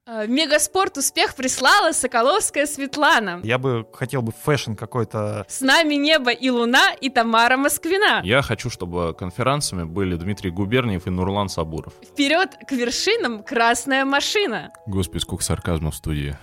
Мегаспорт успех прислала Соколовская Светлана. Я бы хотел бы фэшн какой-то. С нами небо и луна и Тамара Москвина. Я хочу, чтобы конферансами были Дмитрий Губерниев и Нурлан Сабуров. Вперед к вершинам красная машина. Господи, сколько сарказма в студии.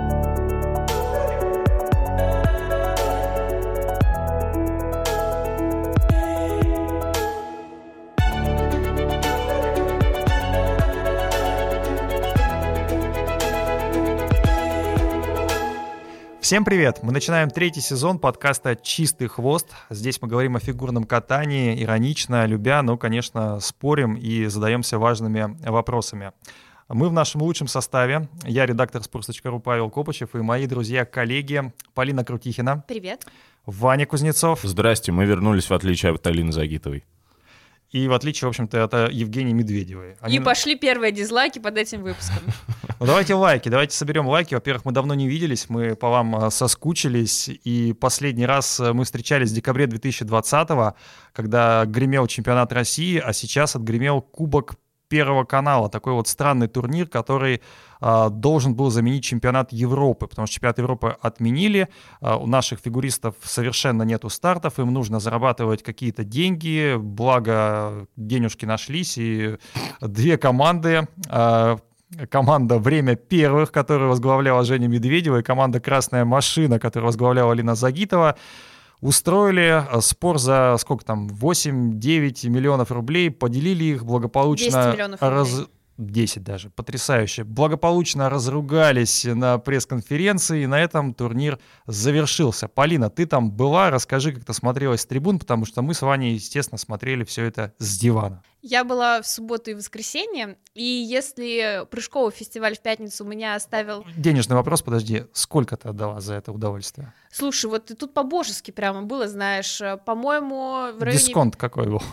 Всем привет! Мы начинаем третий сезон подкаста «Чистый хвост». Здесь мы говорим о фигурном катании, иронично, любя, но, конечно, спорим и задаемся важными вопросами. Мы в нашем лучшем составе. Я редактор sports.ru Павел Копачев и мои друзья-коллеги Полина Крутихина. Привет. Ваня Кузнецов. Здрасте, мы вернулись в отличие от Алины Загитовой. И в отличие, в общем-то, от Евгении Медведевой. И пошли первые дизлайки под этим выпуском. Ну, давайте лайки, давайте соберем лайки. Во-первых, мы давно не виделись, мы по вам соскучились. И последний раз мы встречались в декабре 2020-го, когда гремел чемпионат России, а сейчас отгремел Кубок Первого канала. Такой вот странный турнир, который должен был заменить чемпионат Европы, потому что чемпионат Европы отменили. У наших фигуристов совершенно нету стартов, им нужно зарабатывать какие-то деньги, благо денежки нашлись, и две команды. Команда «Время первых», которую возглавляла Женя Медведева, и команда «Красная машина», которую возглавляла Алина Загитова, устроили спор за сколько там, 8-9 миллионов рублей, поделили их благополучно. 10 миллионов рублей. 10 даже, потрясающе. Благополучно разругались на пресс-конференции, и на этом турнир завершился. Полина, ты там была, расскажи, как ты смотрелась с трибун, потому что мы с Ваней, естественно, смотрели все это с дивана. Я была в субботу и воскресенье, и если прыжковый фестиваль в пятницу меня оставил... Денежный вопрос, подожди, сколько ты отдала за это удовольствие? Слушай, вот и тут по-божески прямо было, знаешь, по-моему, в районе... Дисконт какой был?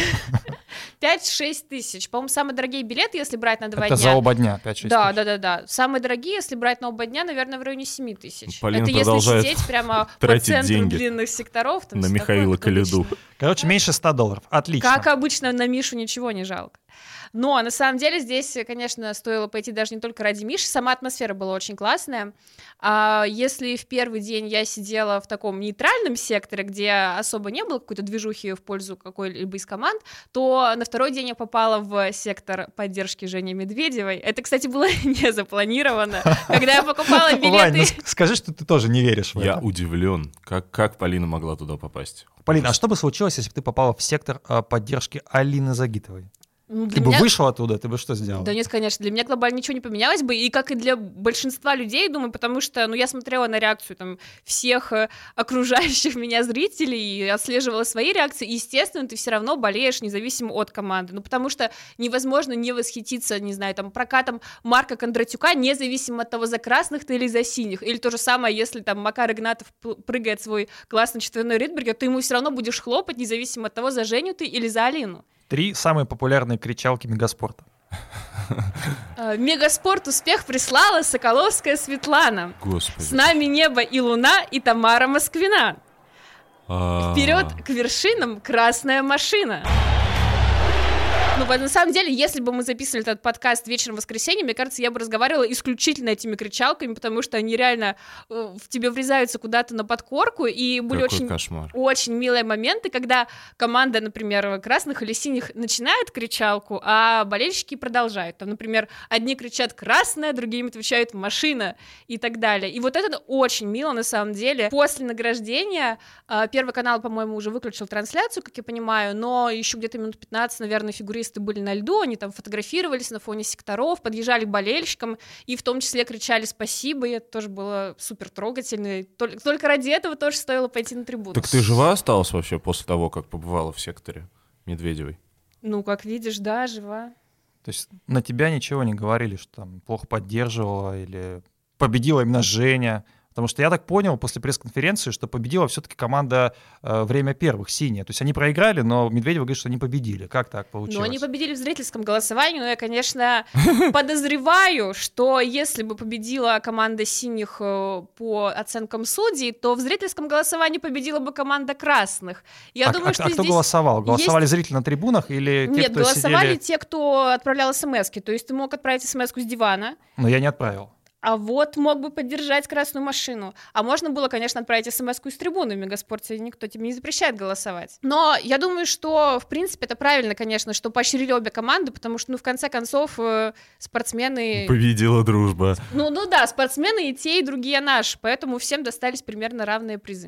5-6 тысяч. По-моему, самые дорогие билеты, если брать на 2 дня. Это за оба дня 5-6 тысяч? Да. Самые дорогие, если брать на оба дня, наверное, в районе 7 тысяч. Полина это если сидеть прямо по центру деньги длинных секторов. Там на Михаила Коляду. Короче, меньше $100. Отлично. Как обычно, на Мишу ничего не жалко. Но на самом деле здесь, конечно, стоило пойти даже не только ради Миши, сама атмосфера была очень классная. Если в первый день я сидела в таком нейтральном секторе, где особо не было какой-то движухи в пользу какой-либо из команд, то на второй день я попала в сектор поддержки Жени Медведевой. Это, кстати, было не запланировано. Когда я покупала билеты... Вань, скажи, что ты тоже не веришь в это. Я удивлен, как Полина могла туда попасть. Полина, а что бы случилось, если бы ты попала в сектор поддержки Алины Загитовой? Ты бы меня... вышел оттуда, ты бы что сделал? Да нет, конечно, для меня глобально ничего не поменялось бы, и как и для большинства людей, думаю, потому что, я смотрела на реакцию там всех окружающих меня зрителей и отслеживала свои реакции, и, естественно, ты все равно болеешь независимо от команды, потому что невозможно не восхититься, не знаю, там, прокатом Марка Кондратюка, независимо от того, за красных ты или за синих, или то же самое, если там Макар Игнатов прыгает свой классный четверной Ридбергер, ты ему все равно будешь хлопать, независимо от того, за Женю ты или за Алину. 3 самые популярные кричалки Мегаспорта. Мегаспорт успех прислала Соколовская Светлана. Господи. С нами небо и луна и Тамара Москвина. Вперед к вершинам красная машина. На самом деле, если бы мы записывали этот подкаст вечером в воскресенье, мне кажется, я бы разговаривала исключительно этими кричалками, потому что они реально в тебе врезаются куда-то на подкорку, и были очень милые моменты, когда команда, например, красных или синих начинает кричалку, а болельщики продолжают. Там, например, одни кричат «красная», другие им отвечают «машина» и так далее. И вот это очень мило, на самом деле. После награждения Первый канал, по-моему, уже выключил трансляцию, как я понимаю, но еще где-то минут 15, наверное, фигуристы были на льду, они там фотографировались на фоне секторов, подъезжали к болельщикам и в том числе кричали «спасибо», и это тоже было супер трогательно. Только ради этого тоже стоило пойти на трибуну. Так ты жива осталась вообще после того, как побывала в секторе Медведевой? Как видишь, да, жива. То есть на тебя ничего не говорили, что там плохо поддерживала или победила именно Женя? Потому что я так понял после пресс-конференции, что победила все-таки команда «Время первых», синяя. То есть они проиграли, но Медведева говорит, что они победили. Как так получилось? Ну, они победили в зрительском голосовании, но я, конечно, подозреваю, что если бы победила команда синих по оценкам судей, то в зрительском голосовании победила бы команда красных. Я думаю, что кто голосовал? Голосовали зрители на трибунах или те, Нет, кто голосовали сидели... те, кто отправлял смс-ки. То есть ты мог отправить смс-ку с дивана, Но я не отправил. а вот мог бы поддержать красную машину. А можно было, конечно, отправить смс-ку из трибуны. В Мегаспорте никто тебе не запрещает голосовать. Но я думаю, что, в принципе, это правильно, конечно, что поощрили обе команды, потому что, в конце концов, спортсмены... Победила дружба. Ну да, спортсмены и те, и другие наши, поэтому всем достались примерно равные призы.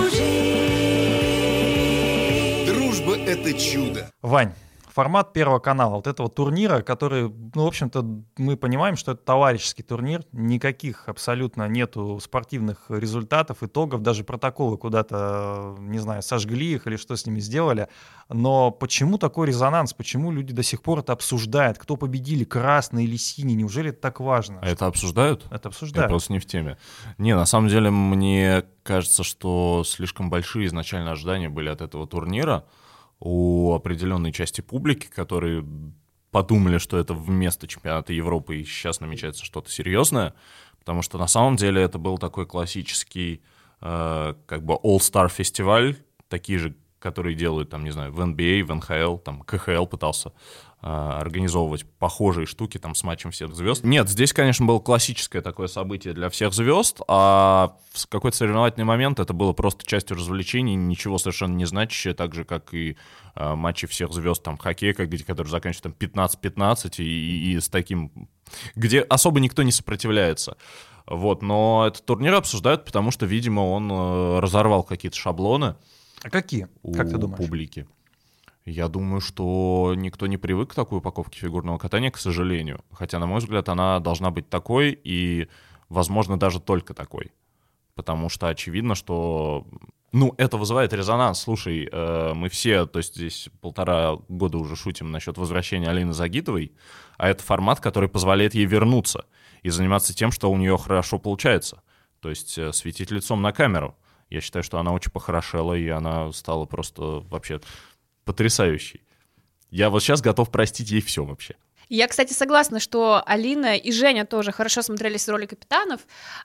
Дружба — это чудо. Вань, формат Первого канала, вот этого турнира, который, в общем-то, мы понимаем, что это товарищеский турнир, никаких абсолютно нету спортивных результатов, итогов, даже протоколы куда-то, не знаю, сожгли их или что с ними сделали, но почему такой резонанс, почему люди до сих пор это обсуждают, кто победили, красные или синие, неужели это так важно? А это обсуждают? Это Я обсуждают. просто не в теме. Не, на самом деле, мне кажется, что слишком большие изначально ожидания были от этого турнира у определенной части публики, которые подумали, что это вместо чемпионата Европы и сейчас намечается что-то серьезное, потому что на самом деле это был такой классический как бы all-star фестиваль, такие же, которые делают, там, не знаю, в NBA, в НХЛ, там, КХЛ пытался организовывать похожие штуки там с матчем всех звезд. Нет, здесь, конечно, было классическое такое событие для всех звезд, а в какой-то соревновательный момент это было просто частью развлечений, ничего совершенно не значащее, так же, как и матчи всех звезд там хоккея, которые заканчиваются там 15-15 и с таким, где особо никто не сопротивляется. Вот, но этот турнир обсуждают, потому что, видимо, он разорвал какие-то шаблоны. А какие? Как ты думаешь? Публики. Я думаю, что никто не привык к такой упаковке фигурного катания, к сожалению. Хотя, на мой взгляд, она должна быть такой и, возможно, даже только такой. Потому что очевидно, что... это вызывает резонанс. Слушай, мы все, то есть здесь 1,5 года уже шутим насчет возвращения Алины Загитовой, а это формат, который позволяет ей вернуться и заниматься тем, что у нее хорошо получается. То есть светить лицом на камеру. Я считаю, что она очень похорошела, и она стала просто вообще потрясающей. Я вот сейчас готов простить ей все вообще. Я, кстати, согласна, что Алина и Женя тоже хорошо смотрелись в роли капитанов,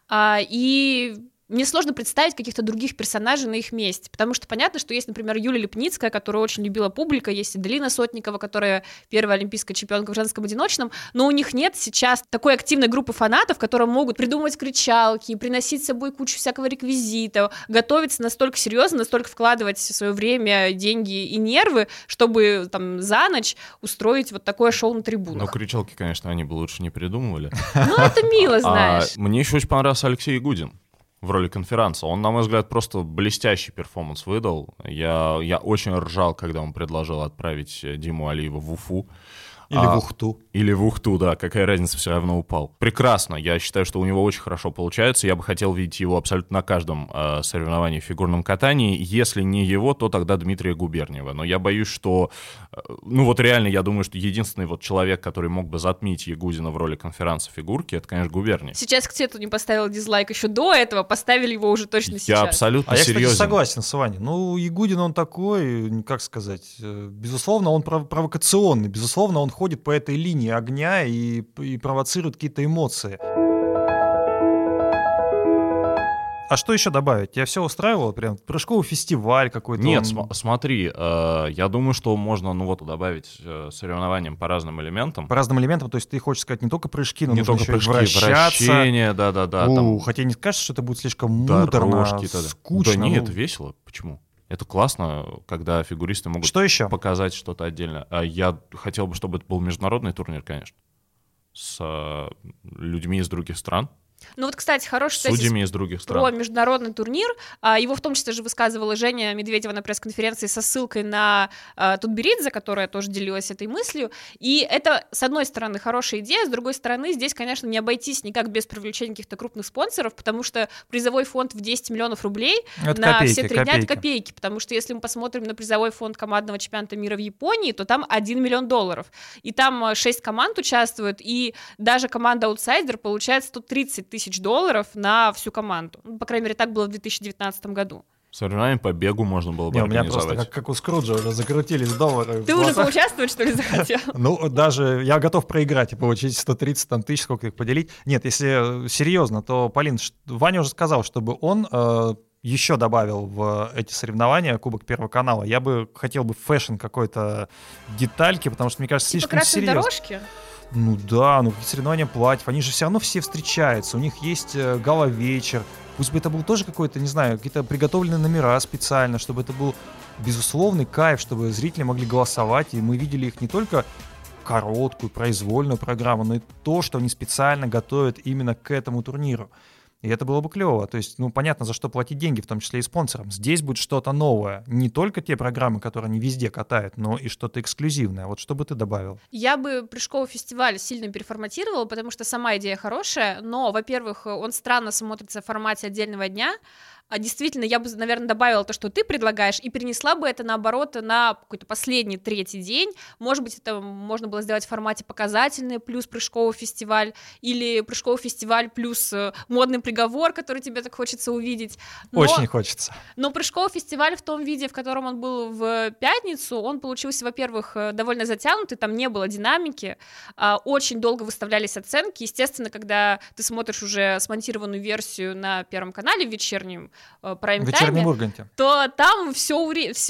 и мне сложно представить каких-то других персонажей на их месте, потому что понятно, что есть, например, Юлия Лепницкая, которую очень любила публика, есть и Делина Сотникова, которая первая олимпийская чемпионка в женском одиночном, но у них нет сейчас такой активной группы фанатов, которые могут придумывать кричалки, приносить с собой кучу всякого реквизита, готовиться настолько серьезно, настолько вкладывать в свое время, деньги и нервы, чтобы там за ночь устроить вот такое шоу на трибунах. Ну, кричалки, конечно, они бы лучше не придумывали. Ну, это мило, знаешь. Мне еще очень понравился Алексей Ягудин в роли конференца. Он, на мой взгляд, просто блестящий перформанс выдал. Я очень ржал, когда он предложил отправить Диму Алиева в Уфу. Или в Ухту. Или в Ухту, да, какая разница, все равно упал. Прекрасно, я считаю, что у него очень хорошо получается, я бы хотел видеть его абсолютно на каждом соревновании в фигурном катании, если не его, то тогда Дмитрия Губерниева, но я боюсь, что, реально, я думаю, что единственный человек, который мог бы затмить Ягудина в роли конференца фигурки, это, конечно, Губерниев. Сейчас кто-то не поставил дизлайк еще до этого, поставили его уже точно сейчас. Я абсолютно серьезен. Я, кстати, согласен с Ваней. Ягудин, он такой, как сказать, безусловно, он провокационный, безусловно, он ходит по этой линии огня и провоцирует какие-то эмоции. А что еще добавить? Тебя все устраивало? Прям прыжковый фестиваль какой-то? Нет, смотри, я думаю, что можно добавить соревнованиям по разным элементам. По разным элементам, то есть ты хочешь сказать не только прыжки, но не нужно только еще прыжки, вращения, да. Хотя не кажется, что это будет слишком муторно, скучно. Да нет, весело. Почему? Это классно, когда фигуристы могут показать что-то отдельно. Я хотел бы, чтобы это был международный турнир, конечно, с людьми из других стран. Ну вот, кстати, хороший судьями из других стран. Про международный турнир. Его в том числе же высказывала Женя Медведева на пресс-конференции со ссылкой на Тутберидзе, которая тоже делилась этой мыслью. И это, с одной стороны, хорошая идея, с другой стороны, здесь, конечно, не обойтись никак без привлечения каких-то крупных спонсоров, потому что призовой фонд в 10 миллионов рублей это на копейки, все 3 дня — это копейки, потому что если мы посмотрим на призовой фонд командного чемпионата мира в Японии, то там $1 миллион. И там 6 команд участвуют, и даже команда «Аутсайдер» получает 130 тысяч $10 на всю команду. Ну, по крайней мере, так было в 2019 году. Соревнования по бегу можно было бы у меня организовать. просто как у Скруджа уже закрутились доллары. Ты уже поучаствовать, что ли, захотел? Ну, даже я готов проиграть и получить 130 тысяч, сколько их поделить. Нет, если серьезно, то, Полин, Ваня уже сказал, чтобы он еще добавил в эти соревнования Кубок Первого канала. Я бы хотел бы фэшн какой-то детальки, потому что, мне кажется, слишком серьезно. Дорожки? Ну да, какие соревнования платьев, они же все равно все встречаются, у них есть гала-вечер, пусть бы это был тоже какой-то, не знаю, какие-то приготовленные номера специально, чтобы это был безусловный кайф, чтобы зрители могли голосовать, и мы видели их не только короткую, произвольную программу, но и то, что они специально готовят именно к этому турниру. И это было бы клево. То есть, понятно, за что платить деньги, в том числе и спонсорам. Здесь будет что-то новое. Не только те программы, которые они везде катают, но и что-то эксклюзивное. Вот что бы ты добавил? Я бы прыжковый фестиваль сильно переформатировала, потому что сама идея хорошая, но, во-первых, он странно смотрится в формате отдельного дня, а действительно, я бы, наверное, добавила то, что ты предлагаешь, и перенесла бы это, наоборот, на какой-то последний, третий день. Может быть, это можно было сделать в формате показательный плюс прыжковый фестиваль, или прыжковый фестиваль плюс модный приговор, который тебе так хочется увидеть. Очень хочется. Но прыжковый фестиваль в том виде, в котором он был в пятницу, он получился, во-первых, довольно затянутый, там не было динамики, очень долго выставлялись оценки. Естественно, когда ты смотришь уже смонтированную версию на Первом канале в вечернем прайм-тайме, то там все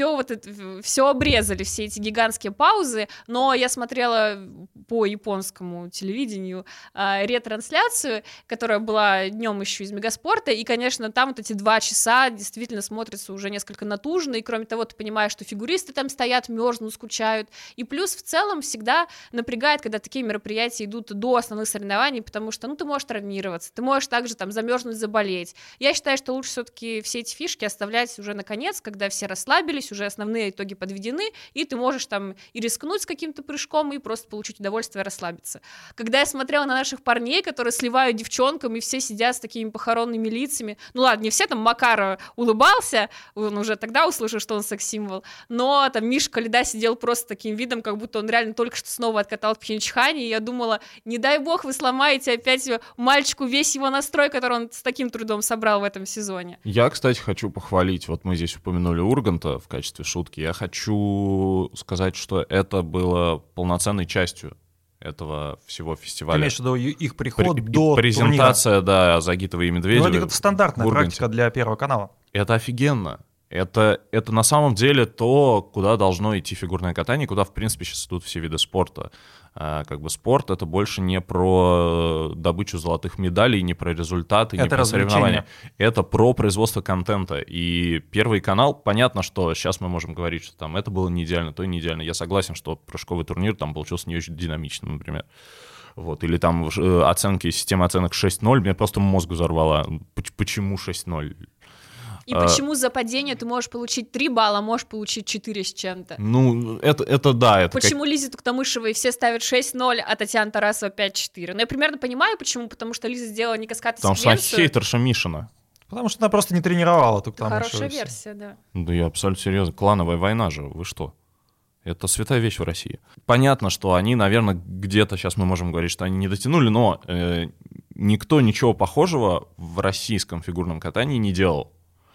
обрезали, все эти гигантские паузы, но я смотрела по японскому телевидению ретрансляцию, которая была днем еще из Мегаспорта, и, конечно, там вот эти 2 часа действительно смотрятся уже несколько натужно, и, кроме того, ты понимаешь, что фигуристы там стоят, мерзнут, скучают, и плюс в целом всегда напрягает, когда такие мероприятия идут до основных соревнований, потому что, ты можешь травмироваться, ты можешь также там замерзнуть, заболеть. Я считаю, что лучше все-таки все эти фишки оставлять уже наконец, когда все расслабились, уже основные итоги подведены, и ты можешь там и рискнуть с каким-то прыжком, и просто получить удовольствие, расслабиться. Когда я смотрела на наших парней, которые сливают девчонкам, и все сидят с такими похоронными лицами, ладно, не все, там Макар улыбался, он уже тогда услышал, что он секс-символ, но там Миша Коляда сидел просто таким видом, как будто он реально только что снова откатал в Пхенчхане, и я думала, не дай бог вы сломаете опять мальчику весь его настрой, который он с таким трудом собрал в этом сезоне. Я, кстати, хочу похвалить, вот мы здесь упомянули Урганта в качестве шутки, я хочу сказать, что это было полноценной частью этого всего фестиваля. Ты имеешь в виду их приход до презентация, турнира. Да, Загитова и Медведева. Это стандартная практика для Первого канала. Это офигенно. Это на самом деле то, куда должно идти фигурное катание, куда, в принципе, сейчас идут все виды спорта. Спорт — это больше не про добычу золотых медалей, не про результаты, не про соревнования. Это про производство контента. И Первый канал, понятно, что сейчас мы можем говорить, что там это было не идеально, то и не идеально. Я согласен, что прыжковый турнир там получился не очень динамичным, например. Или там система оценок 6-0, мне просто мозг взорвала. Почему 6-0? И почему за падение ты можешь получить 3 балла, можешь получить 4 с чем-то? Это да. Почему Лизе Туктамышевой все ставят 6-0, а Татьяна Тарасова 5-4? Я примерно понимаю, почему. Потому что Лиза сделала не каскад, а секвенцию. Потому что она хейтерша Мишина. Потому что она просто не тренировала Туктамышевой. Хорошая версия, да. Да я абсолютно серьезно. Клановая война же, вы что? Это святая вещь в России. Понятно, что они, наверное, где-то сейчас мы можем говорить, что они не дотянули, но никто ничего похожего в российском фигурном катании не делал.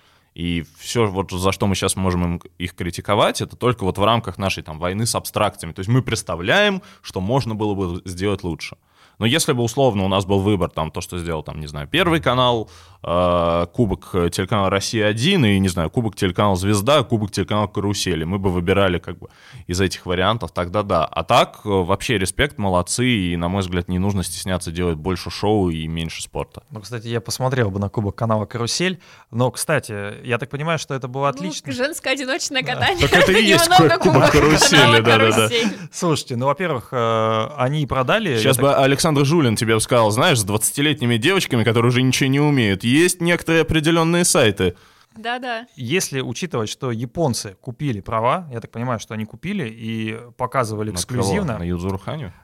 И все, за что мы сейчас можем их критиковать, это только в рамках нашей войны с абстракциями. То есть мы представляем, что можно было бы сделать лучше. Но если бы, условно, у нас был выбор, то, что сделал, не знаю, Первый канал, Кубок телеканала «Россия-1» и, не знаю, Кубок телеканала «Звезда», Кубок телеканала «Карусели», мы бы выбирали из этих вариантов, тогда да. А так, вообще, респект, молодцы, и, на мой взгляд, не нужно стесняться делать больше шоу и меньше спорта. Кстати, я посмотрел бы на Кубок канала «Карусель», но, кстати, я так понимаю, что это было отлично. Женское одиночное катание. Так это и есть Кубок «Карусели», да-да-да. Слушайте, во-первых, они продали... Сейчас бы Александр Жулин тебе сказал, знаешь, с 20-летними девочками, которые уже ничего не умеют, есть некоторые определенные сайты. Да-да. Если учитывать, что японцы купили права, я так понимаю, что они купили и показывали эксклюзивно. На Юдзуру Ханю?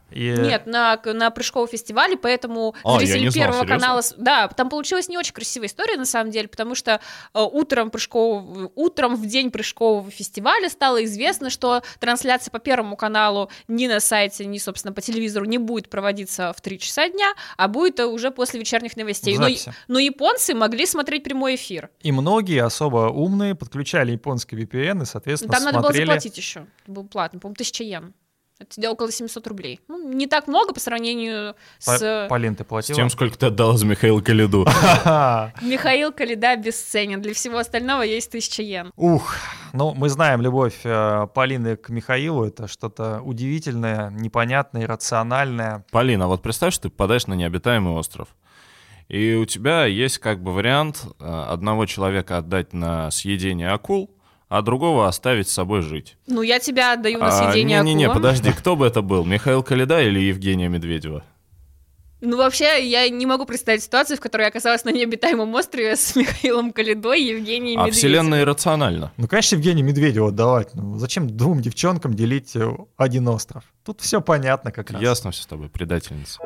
Нет, на прыжковом фестивале, поэтому зрители Первого канала... Да, там получилась не очень красивая история, на самом деле, потому что утром в день прыжкового фестиваля стало известно, что трансляция по Первому каналу ни на сайте, ни, собственно, по телевизору не будет проводиться в 3 часа дня, а будет уже после вечерних новостей. Но японцы могли смотреть прямой эфир. И многие особо умные подключали японский VPN и, соответственно, там надо было заплатить еще. Это был платный, по-моему, 1000 йен. Это около 700 рублей. Ну, не так много по сравнению с... Полин, ты платила? С тем, сколько ты отдала за Михаила Калиду. Михаил Калида бесценен. Для всего остального есть 1000 йен. Ну, мы знаем любовь Полины к Михаилу. Это что-то удивительное, непонятное, иррациональное. Полина, а вот представь, что ты попадаешь на необитаемый остров. И у тебя есть как бы вариант одного человека отдать на съедение акул, а другого оставить с собой жить. Ну, я тебя отдаю на съедение акулам. Не, подожди, кто бы это был? Михаил Калида или Евгения Медведева? Ну, вообще, я не могу представить ситуацию, в которой я оказалась на необитаемом острове с Михаилом Калидой и Евгением Медведевым. А вселенная иррациональна. Ну, конечно, Евгению Медведеву отдавать. Ну, зачем 2 девчонкам делить один остров? Тут все понятно как раз. Ясно все с тобой, предательница.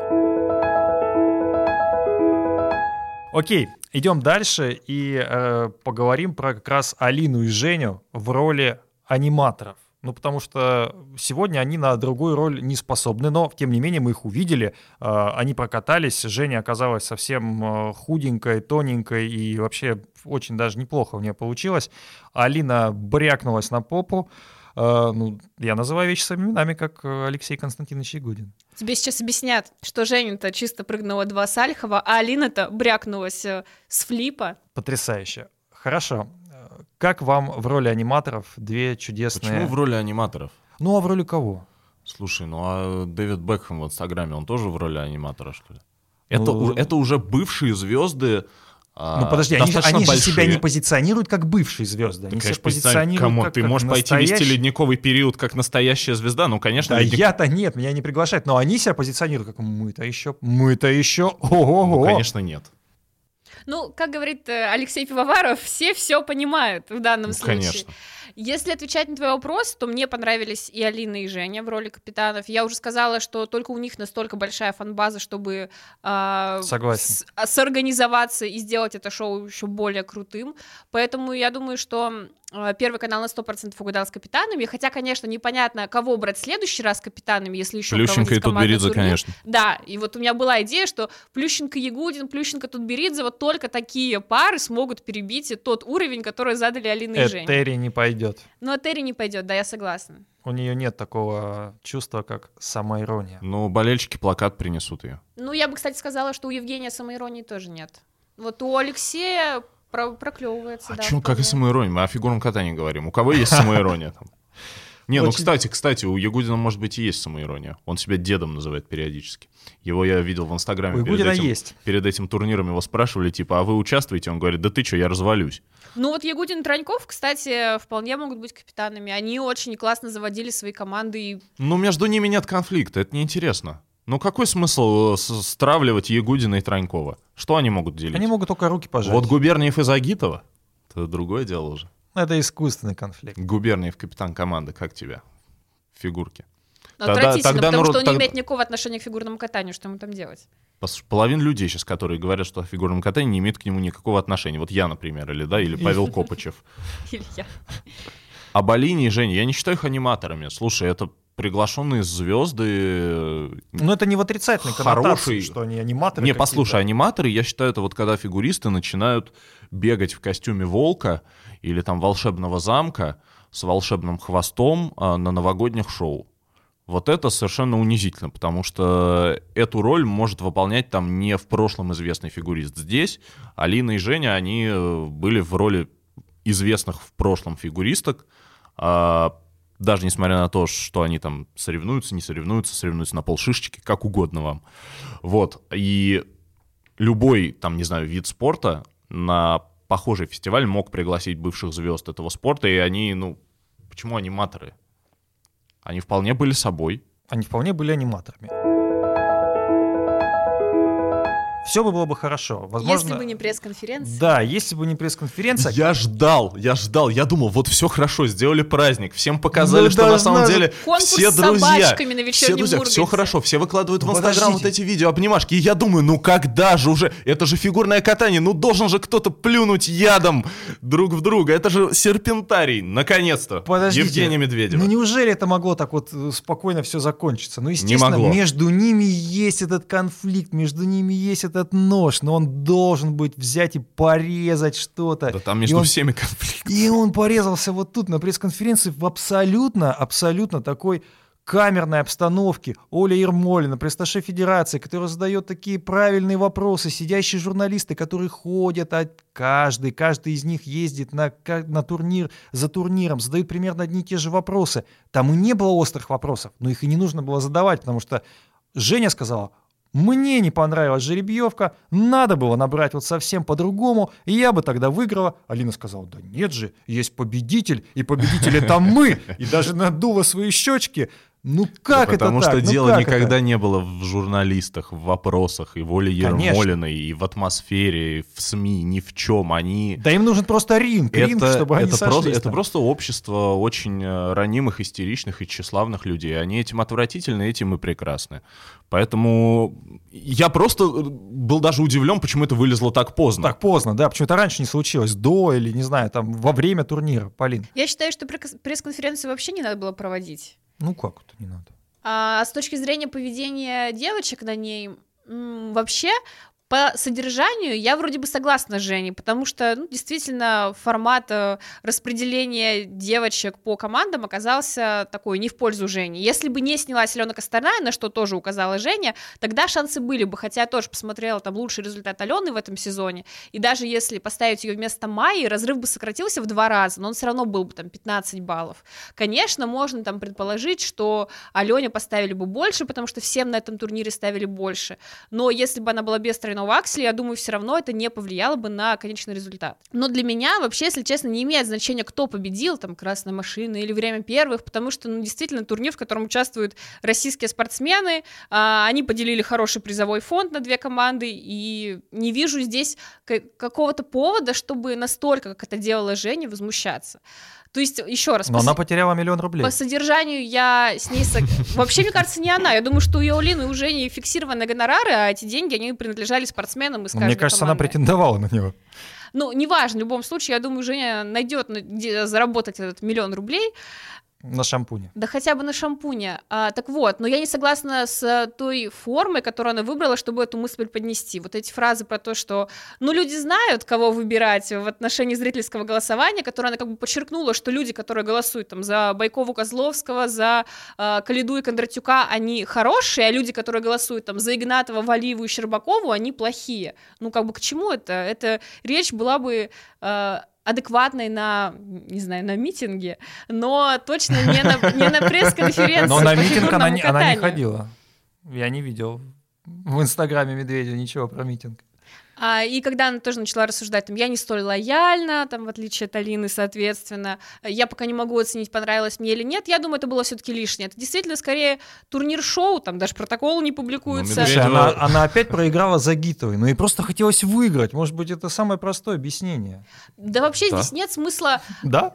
Окей, идем дальше и поговорим про как раз Алину и Женю в роли аниматоров. Ну, потому что сегодня они на другую роль не способны, но, тем не менее, мы их увидели, они прокатались, Женя оказалась совсем худенькой, тоненькой, и вообще очень даже неплохо у нее получилось. Алина брякнулась на попу. Я называю вещи своими именами, как Алексей Константинович Ягудин. Тебе сейчас объяснят, что Женя-то чисто прыгнула 2 сальхова, а Алина-то брякнулась с флипа. Потрясающе. Хорошо. Как вам в роли аниматоров 2 чудесные... Почему в роли аниматоров? Ну, а в роли кого? Слушай, а Дэвид Бекхэм в Инстаграме, он тоже в роли аниматора, что ли? Это уже бывшие звезды. Ну подожди, они же себя не позиционируют как бывшие звезды. Они себя позиционируют как ты можешь пойти вести ледниковый период как настоящая звезда, ну, конечно. Да я-то нет, меня не приглашают, но они себя позиционируют как мы-то еще, ого-го. Ну, конечно, нет. Ну, как говорит Алексей Пивоваров, все понимают в данном случае. Конечно. Если отвечать на твой вопрос, то мне понравились и Алина, и Женя в роли капитанов. Я уже сказала, что только у них настолько большая фан-база, чтобы сорганизоваться и сделать это шоу еще более крутым. Поэтому я думаю, что Первый канал на 100% угадал с капитанами, хотя, конечно, непонятно, кого брать в следующий раз капитанами, если еще Плющенко и Тутберидзе, конечно. Да, и вот у меня была идея, что Плющенко Ягудин, Плющенко Тутберидзе, вот только такие пары смогут перебить тот уровень, который задали Алина и Женя. Терри не пойдет. Ну, а Терри не пойдет, да, я согласна. У нее нет такого чувства, как самоирония. Ну, болельщики плакат принесут ее. Ну, я бы, кстати, сказала, что у Евгения самоиронии тоже нет. Вот у Алексея проклевывается. А чё, как и самоирония? Мы о фигурном катании говорим. У кого есть самоирония там? Не, ну, кстати, у Ягудина, может быть, и есть самоирония. Он себя дедом называет периодически. Его я видел в Инстаграме. У Ягудина есть. Перед этим турниром его спрашивали, типа, а вы участвуете? Он говорит, да ты чё, я развалюсь. Ну вот Ягудин и Троньков, кстати, вполне могут быть капитанами. Они очень классно заводили свои команды. Ну, между ними нет конфликта, это неинтересно. Ну какой смысл стравливать Ягудина и Тронькова? Что они могут делить? Они могут только руки пожать. Вот Губерниев и Загитова — это другое дело уже. Это искусственный конфликт. Губерниев капитан команды, как тебя? Фигурки. Отвратительно, потому что он не имеет никакого отношения к фигурному катанию. Что ему там делать? Половина людей сейчас, которые говорят, что о фигурном катании не имеет к нему никакого отношения. Вот я, например, или Павел Копычев. Или я. А Алине и Жене, я не считаю их аниматорами. Слушай, это приглашенные звезды. Ну, это не в отрицательной коннотации, что они аниматоры. Не, послушай, аниматоры, я считаю, это вот когда фигуристы начинают бегать в костюме волка или там волшебного замка с волшебным хвостом на новогодних шоу. Вот это совершенно унизительно, потому что эту роль может выполнять там не в прошлом известный фигурист. Здесь Алина и Женя, они были в роли известных в прошлом фигуристок, даже несмотря на то, что они там соревнуются, не соревнуются, соревнуются на полшишечки, как угодно вам. Вот, и любой, там, не знаю, вид спорта на похожий фестиваль мог пригласить бывших звезд этого спорта, и они, ну, почему аниматоры? Они вполне были собой. Они вполне были аниматорами. все было бы хорошо. Возможно, если бы не пресс-конференция. Да, если бы не пресс-конференция. Я ждал, я думал, вот все хорошо, сделали праздник, всем показали, что на самом деле все друзья, все хорошо, все выкладывают в Инстаграм вот эти видео, обнимашки, и я думаю, ну когда же уже, это же фигурное катание, ну должен же кто-то плюнуть ядом друг в друга, это же серпентарий, наконец-то, Евгения Медведева. Ну неужели это могло так вот спокойно все закончиться? Ну естественно, между ними есть этот конфликт, между ними есть этот нож, но он должен быть взять и порезать что-то. Да там между всеми конфликт. И он порезался вот тут на пресс-конференции в абсолютно такой камерной обстановке. Оля Ермолина, пресс-атташе Федерации, которая задает такие правильные вопросы, сидящие журналисты, которые ходят, каждый из них ездит на турнир за турниром, задают примерно одни и те же вопросы. Там и не было острых вопросов, но их и не нужно было задавать, потому что Женя сказала: мне не понравилась жеребьевка, надо было набрать вот совсем по-другому, и я бы тогда выиграла. Алина сказала: да нет же, есть победитель, и победитель это мы, и даже надула свои щечки. Ну как это так? Потому что дело никогда не было в журналистах, в вопросах, и в Оле Ермолиной, и в атмосфере, и в СМИ, ни в чем. Да им нужен просто ринг, чтобы они сошлись. Это просто общество очень ранимых, истеричных и тщеславных людей. Они этим отвратительны, этим и прекрасны. Поэтому я просто был даже удивлен, почему это вылезло так поздно. Так поздно, да, почему это раньше не случилось, до или, не знаю, там, во время турнира, Полин. Я считаю, что пресс-конференцию вообще не надо было проводить. Ну как это не надо? А с точки зрения поведения девочек на ней, вообще по содержанию я вроде бы согласна с Женей, потому что, действительно, формат распределения девочек по командам оказался такой не в пользу Жени. Если бы не снялась Алена Косторная, на что тоже указала Женя, тогда шансы были бы, хотя я тоже посмотрела там лучший результат Алены в этом сезоне, и даже если поставить ее вместо Майи, разрыв бы сократился в 2 раза, но он все равно был бы там 15 баллов. Конечно, можно там предположить, что Алене поставили бы больше, потому что всем на этом турнире ставили больше, но если бы она была без тройного акселя, я думаю, все равно это не повлияло бы на конечный результат. Но для меня вообще, если честно, не имеет значения, кто победил, там, Красная машина или Время первых, потому что, действительно, турнир, в котором участвуют российские спортсмены, они поделили хороший призовой фонд на 2 команды, и не вижу здесь какого-то повода, чтобы настолько, как это делала Женя, возмущаться. То есть, еще раз... Но она потеряла 1 000 000 рублей. По содержанию я с ней... Вообще, мне кажется, не она. Я думаю, что у Алины уже не фиксированы гонорары, а эти деньги, они принадлежали спортсменам из каждой Мне кажется, команды. она претендовала на него. Ну, неважно, в любом случае, я думаю, Женя найдет, где заработать этот 1 000 000 рублей. На шампуне. Да хотя бы на шампуне. Так вот, но я не согласна с той формой, которую она выбрала, чтобы эту мысль поднести. Вот эти фразы про то, что, люди знают, кого выбирать в отношении зрительского голосования, которое она как бы подчеркнула, что люди, которые голосуют там за Байкову-Козловского, за Калиду и Кондратюка, они хорошие, а люди, которые голосуют там за Игнатова, Валиеву и Щербакову, они плохие. К чему это? Эта речь была бы... адекватной на митинге, но точно не на пресс-конференции. Но на митинг она не ходила. Я не видел в Инстаграме Медведева ничего про митинг. И когда она тоже начала рассуждать, я не столь лояльна, в отличие от Алины, соответственно, я пока не могу оценить, понравилось мне или нет, я думаю, это было все-таки лишнее. Это действительно скорее турнир-шоу, даже протокол не публикуется. Она опять проиграла Загитовой, ей просто хотелось выиграть. Может быть, это самое простое объяснение. Да вообще здесь нет смысла... Да?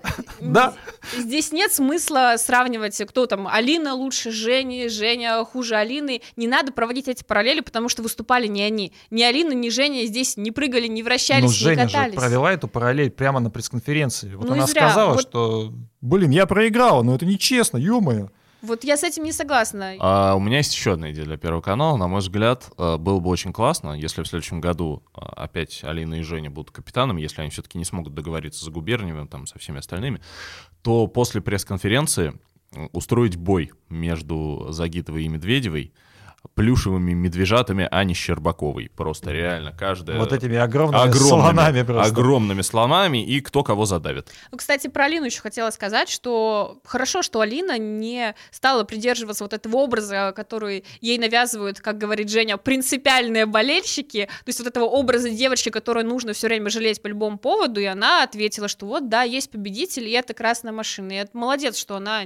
Здесь нет смысла сравнивать, кто Алина лучше Жени, Женя хуже Алины. Не надо проводить эти параллели, потому что выступали не они. Ни Алина, ни Женя здесь не прыгали, не вращались, не катались. Женя же провела эту параллель прямо на пресс-конференции. Она сказала, что, я проиграла, но это нечестно, ё-моё. Я с этим не согласна. У меня есть еще одна идея для Первого канала. На мой взгляд, было бы очень классно, если в следующем году опять Алина и Женя будут капитанами, если они все-таки не смогут договориться за Губерниевым, со всеми остальными, то после пресс-конференции устроить бой между Загитовой и Медведевой, плюшевыми медвежатами Ани Щербаковой. Просто реально каждая... Вот этими огромными слонами просто. Огромными слонами, и кто кого задавит. Кстати, про Алину еще хотела сказать, что хорошо, что Алина не стала придерживаться этого образа, который ей навязывают, как говорит Женя, принципиальные болельщики, то есть этого образа девочки, которой нужно все время жалеть по любому поводу, и она ответила, что есть победитель, и это Красная машина. И это молодец, что она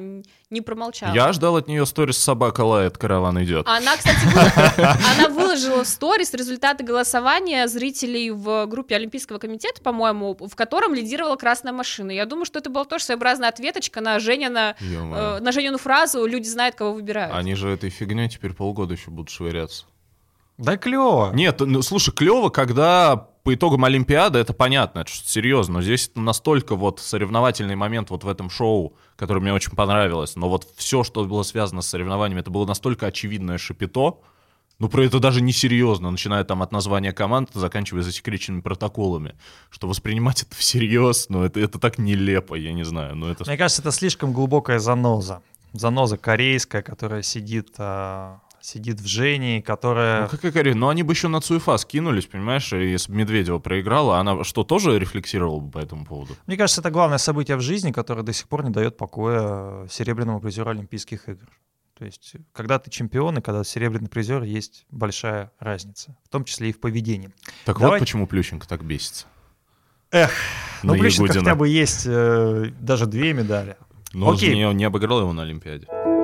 не промолчала. Я ждал от нее сторис «Собака лает, караван идет». Она, кстати, она выложила в сторис результаты голосования зрителей в группе Олимпийского комитета, по-моему, в котором лидировала красная машина. Я думаю, что это была тоже своеобразная ответочка на Женину фразу «люди знают, кого выбирают». Они же этой фигней теперь полгода еще будут швыряться. Да клево. Нет, ну, слушай, клево, когда по итогам Олимпиады, это понятно, это что-то серьезно, но здесь настолько вот соревновательный момент вот в этом шоу, который мне очень понравилось, но вот все, что было связано с соревнованиями, это было настолько очевидное шапито, ну, про это даже несерьезно, начиная там от названия команд, заканчивая засекреченными протоколами, что воспринимать это всерьез, ну, это так нелепо, я не знаю. Ну, это... Мне кажется, это слишком глубокая заноза. Заноза корейская, которая сидит в Жене, которая... Ну, какая Корея? Ну, они бы еще на Цуефа скинулись, понимаешь, и если бы Медведева проиграла, она что, тоже рефлексировала бы по этому поводу? Мне кажется, это главное событие в жизни, которое до сих пор не дает покоя серебряному призеру Олимпийских игр. То есть, когда ты чемпион и когда серебряный призер, есть большая разница, в том числе и в поведении. Так вот почему Плющенко так бесится. Ну Плющенко хотя бы есть даже 2 медали. Но он же не обыграл его на Олимпиаде.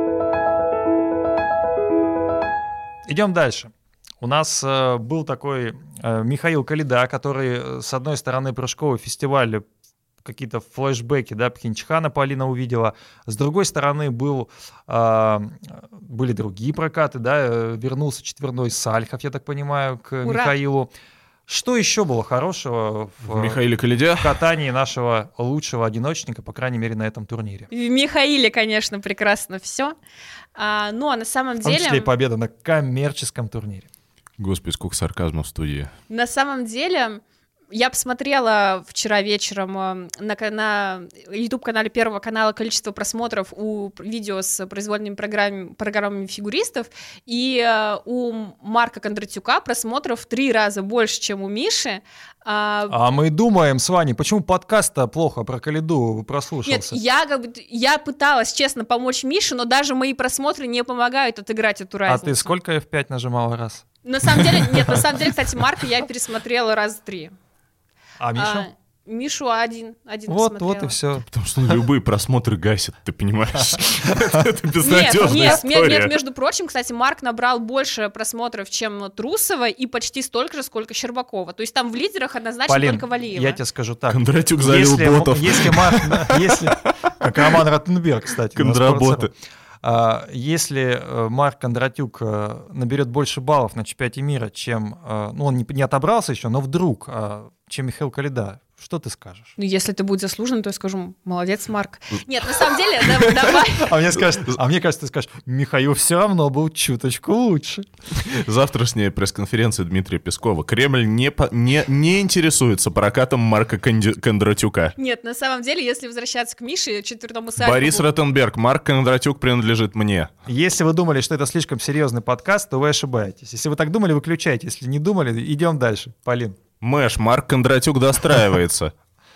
Идем дальше. У нас был такой Михаил Калида, который, с одной стороны, прыжковый фестиваль, какие-то флешбеки, да, Пхенчхана Полина увидела, с другой стороны были другие прокаты, да, вернулся четверной Сальхов, я так понимаю, к Михаилу. Что еще было хорошего в Михаиле Калиде? В катании нашего лучшего одиночника, по крайней мере, на этом турнире? В Михаиле, конечно, прекрасно все. Ну, а на самом деле... В том числе и победа на коммерческом турнире. Господи, сколько сарказма в студии. На самом деле... Я посмотрела вчера вечером на YouTube-канале Первого канала количество просмотров у видео с произвольными программами фигуристов, и у Марка Кондратюка просмотров в 3 раза больше, чем у Миши. А мы думаем с Ваней, почему подкаст-то плохо про Калиду прослушался? Нет, я пыталась честно помочь Мише, но даже мои просмотры не помогают отыграть эту разницу. А ты сколько F5 нажимала раз? На самом деле, кстати, Марка я пересмотрела раз 3. А Мишу? Мишу один вот и все. Потому что любые просмотры гасят, ты понимаешь? Это безнадежная история. Нет, между прочим, кстати, Марк набрал больше просмотров, чем Трусова, и почти столько же, сколько Щербакова. То есть там в лидерах однозначно только Валиева. Я тебе скажу так. Кондратюк залил ботов. Как Роман Ротенберг, кстати. Кондработы. Если Марк Кондратюк наберет больше баллов на чемпионате мира, чем... Ну, он не отобрался еще, но вдруг, чем Михаил Калида, что ты скажешь? Ну, если ты будешь заслужен, то я скажу, молодец, Марк. Нет, на самом деле, давай. Мне кажется, ты скажешь, Михаил все равно был чуточку лучше. Завтрашняя пресс-конференция Дмитрия Пескова. Кремль не интересуется прокатом Марка Кондратюка. Нет, на самом деле, если возвращаться к Мише, четвертому Сальхову... Борис Ротенберг, Марк Кондратюк принадлежит мне. Если вы думали, что это слишком серьезный подкаст, то вы ошибаетесь. Если вы так думали, выключайте. Если не думали, идем дальше. Полин. Мэш, Марк Кондратюк достраивается.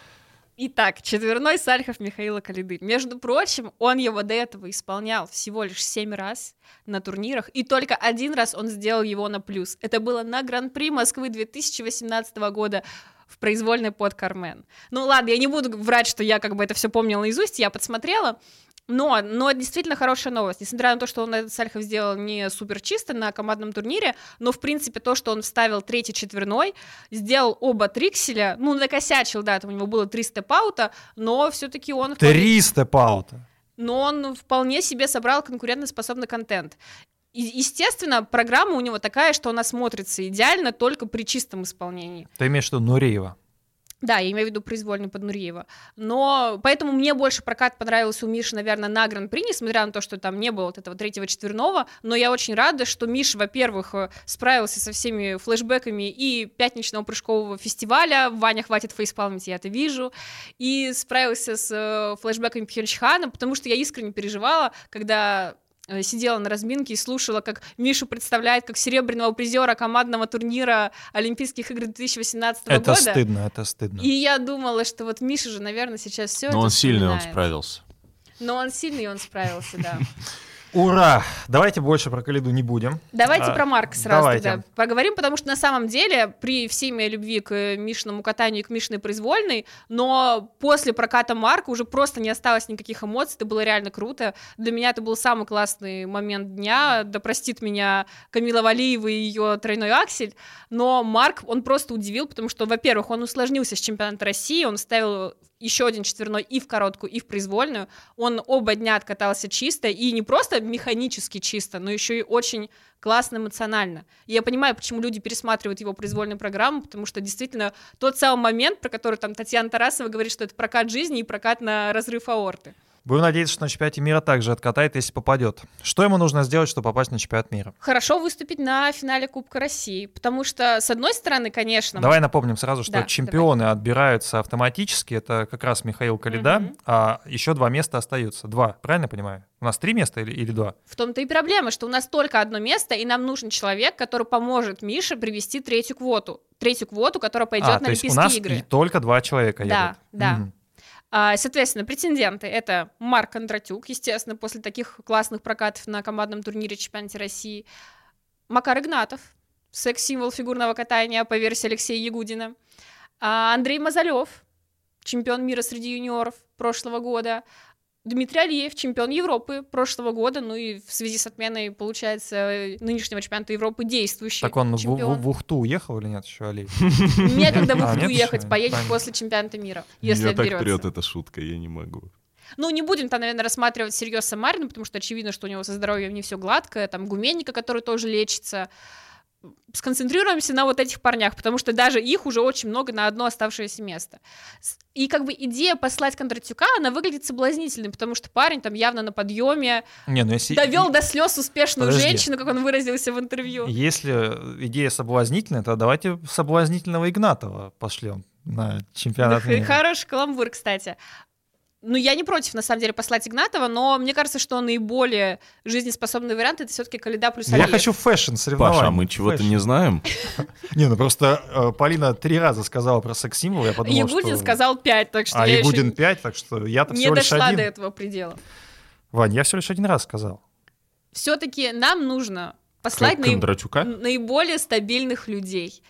Итак, четверной Сальхов Михаила Калиды. Между прочим, он его до этого исполнял всего лишь 7 раз на турнирах, и только 1 раз он сделал его на плюс. Это было на Гран-при Москвы 2018 года в произвольной под Кармен. Ну ладно, я не буду врать, что я как бы это все помнила наизусть, я подсмотрела. Но действительно хорошая новость. Несмотря на то, что он этот Сальхов сделал не супер чисто на командном турнире, но, в принципе, то, что он вставил 3-й четверной, сделал оба трикселя, ну, накосячил, да, там у него было 3 степ-аута, но все-таки он... 3 степ-аута? Но он вполне себе собрал конкурентоспособный контент. И, естественно, программа у него такая, что она смотрится идеально только при чистом исполнении. Ты имеешь в виду Нуреева? Да, я имею в виду произвольный под Нуриева. Но поэтому мне больше прокат понравился у Миши, наверное, на Гран-при, несмотря на то, что там не было вот этого 3-го четверного. Но я очень рада, что Миша, во-первых, справился со всеми флешбеками и пятничного прыжкового фестиваля. Ваня хватит фейспалмить, я это вижу. И справился с флешбеками Пхенчхана, потому что я искренне переживала, когда... сидела на разминке и слушала, как Мишу представляет как серебряного призера командного турнира Олимпийских игр 2018 года. Это стыдно. И я думала, что вот Миша же, наверное, сейчас все. Но он сильный, он справился. Но он сильный, и он справился, да. Ура! Давайте больше про Коляду не будем. Давайте про Марка сразу давайте. тогда поговорим, потому что на самом деле при всей моей любви к Мишиному катанию и к Мишиной произвольной, но после проката Марка уже просто не осталось никаких эмоций, это было реально круто. Для меня это был самый классный момент дня, да простит меня Камила Валиева и ее тройной аксель, но Марк, он просто удивил, потому что, во-первых, он усложнился с чемпионата России, он ставил еще один четверной и в короткую, и в произвольную. Он оба дня откатался чисто, и не просто механически чисто, но еще и очень классно эмоционально. И я понимаю, почему люди пересматривают его произвольную программу, потому что действительно тот самый момент, про который там Татьяна Тарасова говорит, что это прокат жизни и прокат на разрыв аорты. Будем надеяться, что на чемпионате мира также откатает, если попадет. Что ему нужно сделать, чтобы попасть на чемпионат мира? Хорошо выступить на финале Кубка России, потому что, с одной стороны, конечно... Давай напомним сразу, что Да, чемпионы отбираются автоматически, это как раз Михаил Коляда, а еще 2 места остаются. 2, правильно понимаю? У нас 3 места или 2? В том-то и проблема, что у нас только одно место, и нам нужен человек, который поможет Мише привести третью квоту, которая пойдет на то есть Олимпийские у нас игры. только 2 человека едут. Да. Мгм. Соответственно, претенденты — это Марк Кондратюк, естественно, после таких классных прокатов на командном турнире чемпионате России, Макар Игнатов, секс-символ фигурного катания по версии Алексея Ягудина, Андрей Мазалев, чемпион мира среди юниоров прошлого года, Дмитрий Алиев, чемпион Европы прошлого года, ну и в связи с отменой, получается, нынешнего чемпионата Европы действующий Так он чемпион. в Ухту уехал или нет еще, Алиев? Некогда в Ухту нет ехать, еще? поедет Понятно. после чемпионата мира, если Меня так отберется. прет эта шутка, я не могу. Ну, не будем там, наверное, рассматривать всерьез Самарина, потому что очевидно, что у него со здоровьем не все гладко, там Гуменника, который тоже лечится. Сконцентрируемся на вот этих парнях, потому что даже их уже очень много на одно оставшееся место. И как бы идея послать Кондратюка, она выглядит соблазнительной, потому что парень там явно на подъеме, Не, ну если... довел до слез успешную Подожди. женщину, как он выразился в интервью. Если идея соблазнительная, то давайте соблазнительного Игнатова пошлем на чемпионат мира. Хороший каламбур, кстати. Ну, я не против, на самом деле, послать Игнатова, но мне кажется, что наиболее жизнеспособный вариант — это все-таки Коляда плюс Я Алиев. хочу фэшн соревнования. Паша, а мы чего-то Фэшн. не знаем? Не, ну просто Полина 3 раза сказала про секс-символ, я подумал, Ягудин что... сказал 5, так что А я Ягудин еще 5, так что я-то не всего лишь дошла до один. этого предела. Вань, я всего лишь 1 раз сказал. Все-таки нам нужно послать Кондратюка? наиболее стабильных людей.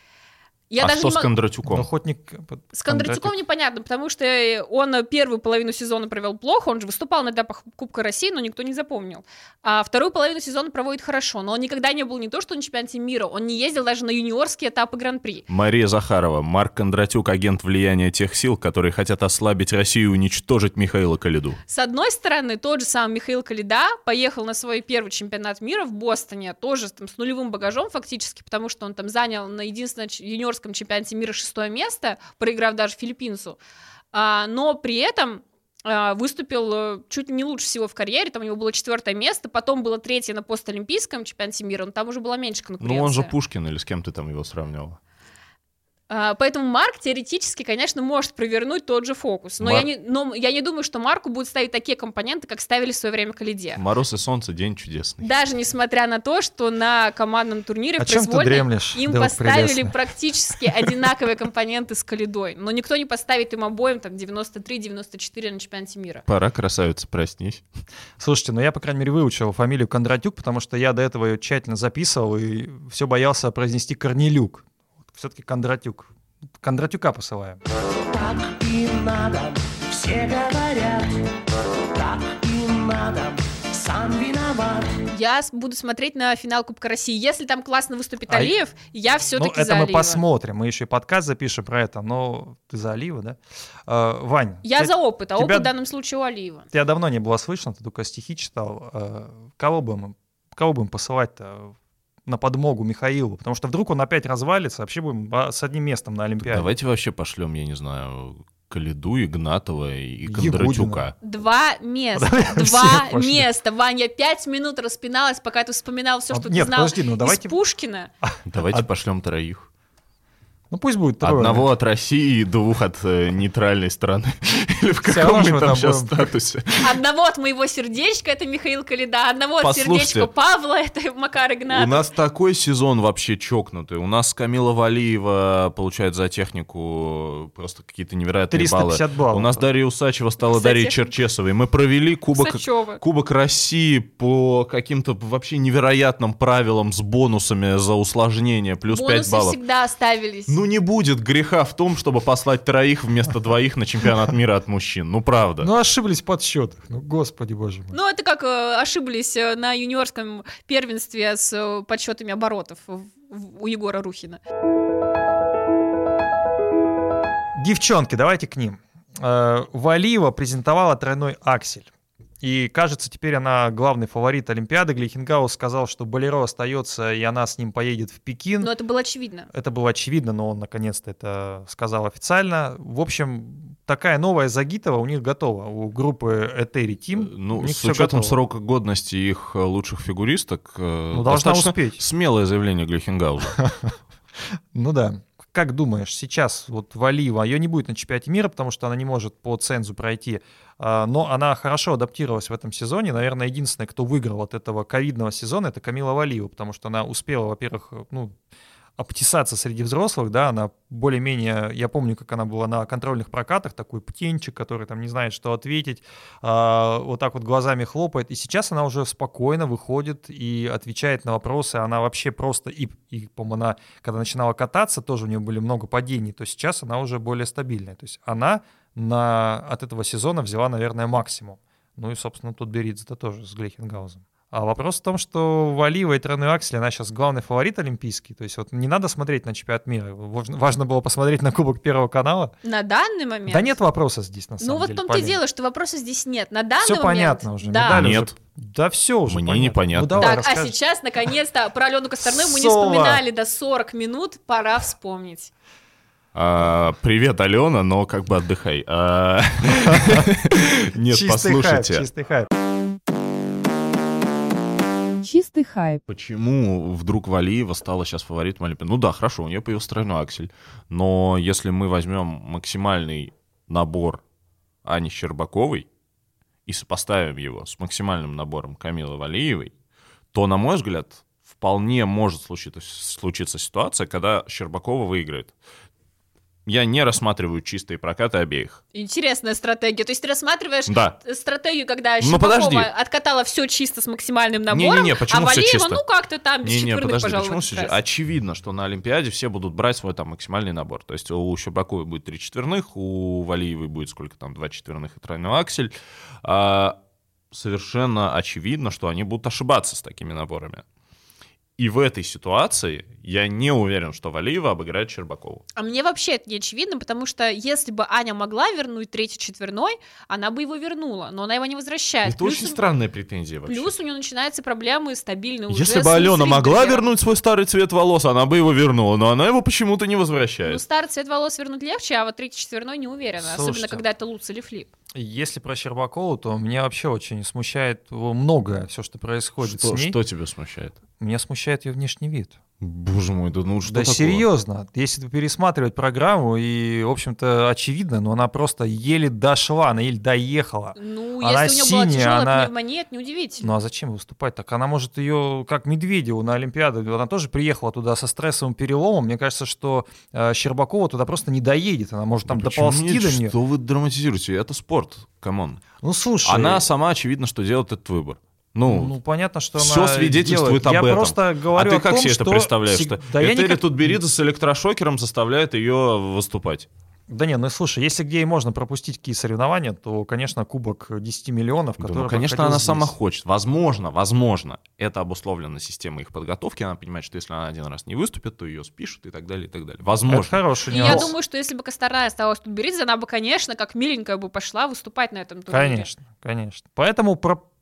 Я А даже что не с мог- Кондратюком? Ну, хоть не... С Кондратюком непонятно, потому что он первую половину сезона провел плохо, он же выступал на этапах Кубка России, но никто не запомнил. А вторую половину сезона проводит хорошо, но он никогда не был не то что на чемпионате мира, он не ездил даже на юниорские этапы Гран-при. Мария Захарова, Марк Кондратюк, агент влияния тех сил, которые хотят ослабить Россию и уничтожить Михаила Коляду. С одной стороны, тот же самый Михаил Коляда поехал на свой первый чемпионат мира в Бостоне, тоже там, с нулевым багажом фактически, потому что он там занял на единственном юниорском чемпионате мира 6-е место, проиграв даже филиппинцу, но при этом выступил чуть не лучше всего в карьере, там у него было 4-е место, потом было 3-е на постолимпийском чемпионате мира, но там уже была меньше конкуренции. Ну он же Пушкин, или с кем ты там его сравнивала? Поэтому Марк теоретически, конечно, может провернуть тот же фокус. Но, я не думаю, что Марку будут ставить такие компоненты, как ставили в свое время Коляде. Мороз и солнце, день чудесный. Даже несмотря на то, что на командном турнире О в чем ты произвольной дремлешь, им друг поставили прелестный? практически одинаковые компоненты с Колядой. Но никто не поставит им обоим там 93-94 на чемпионате мира. Пора, красавица, проснись. Слушайте, ну я, по крайней мере, выучил фамилию Кондратюк, потому что я до этого ее тщательно записывал и все боялся произнести Корнелюк. Все-таки Кондратюк. Кондратюка посылаем. Так и надо, все говорят, так и надо, сам виноват. Я буду смотреть на финал Кубка России. Если там классно выступит Алиев, я Ну, все-таки это за мы Алиева. посмотрим. Мы еще и подкаст запишем про это, но ты за Алиева, да? Вань. Я за опыт, а тебя- опыт в данном случае у Алиева. Тебя давно не было слышно, ты только стихи читал. Кого будем посылать-то на подмогу Михаилу? Потому что вдруг он опять развалится, вообще будем с одним местом на Олимпиаде. Давайте вообще пошлем, я не знаю, Коляду, Игнатова и Ягудина. Кондратюка. 2 места. Давай 2 всех пошлем. места. Ваня, 5 минут распиналась, пока ты вспоминал все, что ты Нет, знал подожди, ну из давайте- Пушкина. Давайте пошлем 3. Ну пусть будет трое. Одного от России и 2 от нейтральной страны. Или в Всё каком равно мы мы там там сейчас будем. статусе. Одного от моего сердечка, это Михаил Коляда, одного от Послушайте, сердечка Павла, это Макар У Игнатов. нас такой сезон вообще чокнутый. У нас Камила Валиева получает за технику просто какие-то невероятные 350 баллов. У нас Дарья Усачева стала За Дарьей технику. Черчесовой. Мы провели Усачева. Кубок России по каким-то вообще невероятным правилам с бонусами за усложнение, плюс 5 Бонусы баллов. всегда оставились. Ну не будет греха в том, чтобы послать 3 вместо 2 на чемпионат мира от мужчин. Ну правда. Ну, ошиблись в подсчетах. Ну, господи боже мой. Ну, это как ошиблись на юниорском первенстве с подсчетами оборотов у Егора Рухина. Девчонки, давайте к ним. Валиева презентовала тройной аксель. И, кажется, теперь она главный фаворит Олимпиады. Глейхенгаус сказал, что Болеро остается, и она с ним поедет в Пекин. Но это было очевидно. Это было очевидно, но он наконец-то это сказал официально. В общем, такая новая Загитова у них готова. У группы Этери Тим. Ну, у них с всё учетом готово. срока годности их лучших фигуристок, должна достаточно успеть. смелое заявление Глейхенгауза. Ну да. Как думаешь, сейчас вот Валиева, ее не будет на чемпионате мира, потому что она не может по цензу пройти, но она хорошо адаптировалась в этом сезоне. Наверное, единственная, кто выиграл от этого ковидного сезона, это Камила Валиева, потому что она успела, во-первых, обтесаться среди взрослых, да, она более-менее, я помню, как она была на контрольных прокатах, такой птенчик, который там не знает, что ответить, вот так вот глазами хлопает, и сейчас она уже спокойно выходит и отвечает на вопросы, она вообще просто, и по-моему, она, когда начинала кататься, тоже у нее были много падений, то сейчас она уже более стабильная, то есть она от этого сезона взяла, наверное, максимум. Ну и, собственно, тут Беридзе-то тоже с Глейхенгаузом. А вопрос в том, что Валиева и тройной аксель, она сейчас главный фаворит олимпийский. То есть вот не надо смотреть на чемпионат мира. Важно было посмотреть на Кубок Первого канала. На данный момент... Да нет вопроса здесь, на самом Ну деле. вот в том-то и дело, что вопроса здесь нет. На данный Все момент... понятно уже. Да. медали Нет. уже- Да все уже Мне понятно. непонятно. Ну, давай, Так, а расскажи. сейчас, наконец-то, про Алену Косторную мы не Соло. вспоминали до 40 минут, пора вспомнить. Привет, Алена, но как бы отдыхай. Нет, Чистый послушайте. хайп, чистый хайп. Чистый хайп. Почему вдруг Валиева стала сейчас фаворитом Олимпиады? Ну да, хорошо, у нее появился тройной аксель, но если мы возьмем максимальный набор Ани Щербаковой и сопоставим его с максимальным набором Камилы Валиевой, то, на мой взгляд, вполне может случиться ситуация, когда Щербакова выиграет. Я не рассматриваю чистые прокаты обеих. Интересная стратегия. То есть ты рассматриваешь Да. стратегию, когда Ну, подожди. Щербакова откатала все чисто с максимальным набором, Не-не-не, почему а всё Валиева, чисто? ну как-то там без Не-не, четверных, подожди, пожалуй, почему в этот все? раз. Очевидно, что на Олимпиаде все будут брать свой там максимальный набор. То есть у Щербаковой будет 3 четверных, у Валиевой будет сколько там, 2 четверных и тройной аксель. Совершенно очевидно, что они будут ошибаться с такими наборами. И в этой ситуации я не уверен, что Валиева обыграет Щербакову. А мне вообще это не очевидно, потому что если бы Аня могла вернуть третий четверной, она бы его вернула, но она его не возвращает. Это очень странная претензия вообще. Плюс у нее начинаются проблемы стабильные уже Если с бы Алена могла Ридбергером. вернуть свой старый цвет волос, она бы его вернула, но она его почему-то не Ну, возвращает. старый цвет волос вернуть легче, а вот третий четверной не уверена, особенно Слушайте. когда это луц или флип. Если про Щербакову, то меня вообще очень смущает многое, все, что происходит с ней. Что тебя смущает? Меня смущает ее внешний вид. Боже мой, да ну что Да такого? серьезно, если пересматривать программу, и, в общем-то, очевидно, но она просто еле дошла, она еле доехала. Ну, Она если у нее была синяя, тяжелая она- пневмония, это неудивительно. Ну а зачем выступать так? Она может ее, как Медведеву на Олимпиаду, она тоже приехала туда со стрессовым переломом. Мне кажется, что Щербакова туда просто не доедет, она может там Да почему доползти нет? до нее. Что вы драматизируете? Это спорт, камон. Ну слушай, Она сама, очевидно, что делает этот выбор. ну понятно, что все она свидетельствует делает. об Я этом. просто говорю а ты о как том, себе что это представляешь? всег- Что Да я Этери никак- Тутберидзе с электрошокером заставляет ее выступать? Да не, ну слушай, если где и можно пропустить какие соревнования, то, конечно, кубок 10 миллионов, Да, который ну, конечно, проходил она здесь. сама хочет. Возможно, это обусловлено системой их подготовки. Она понимает, что если она один раз не выступит, то ее спишут и так далее, и так далее. Это Возможно. хороший И я нюанс. думаю, что если бы Косторная осталась тут Беридзе, она бы, конечно, как миленькая бы пошла выступать на этом турнире. Конечно, конечно. Поэтому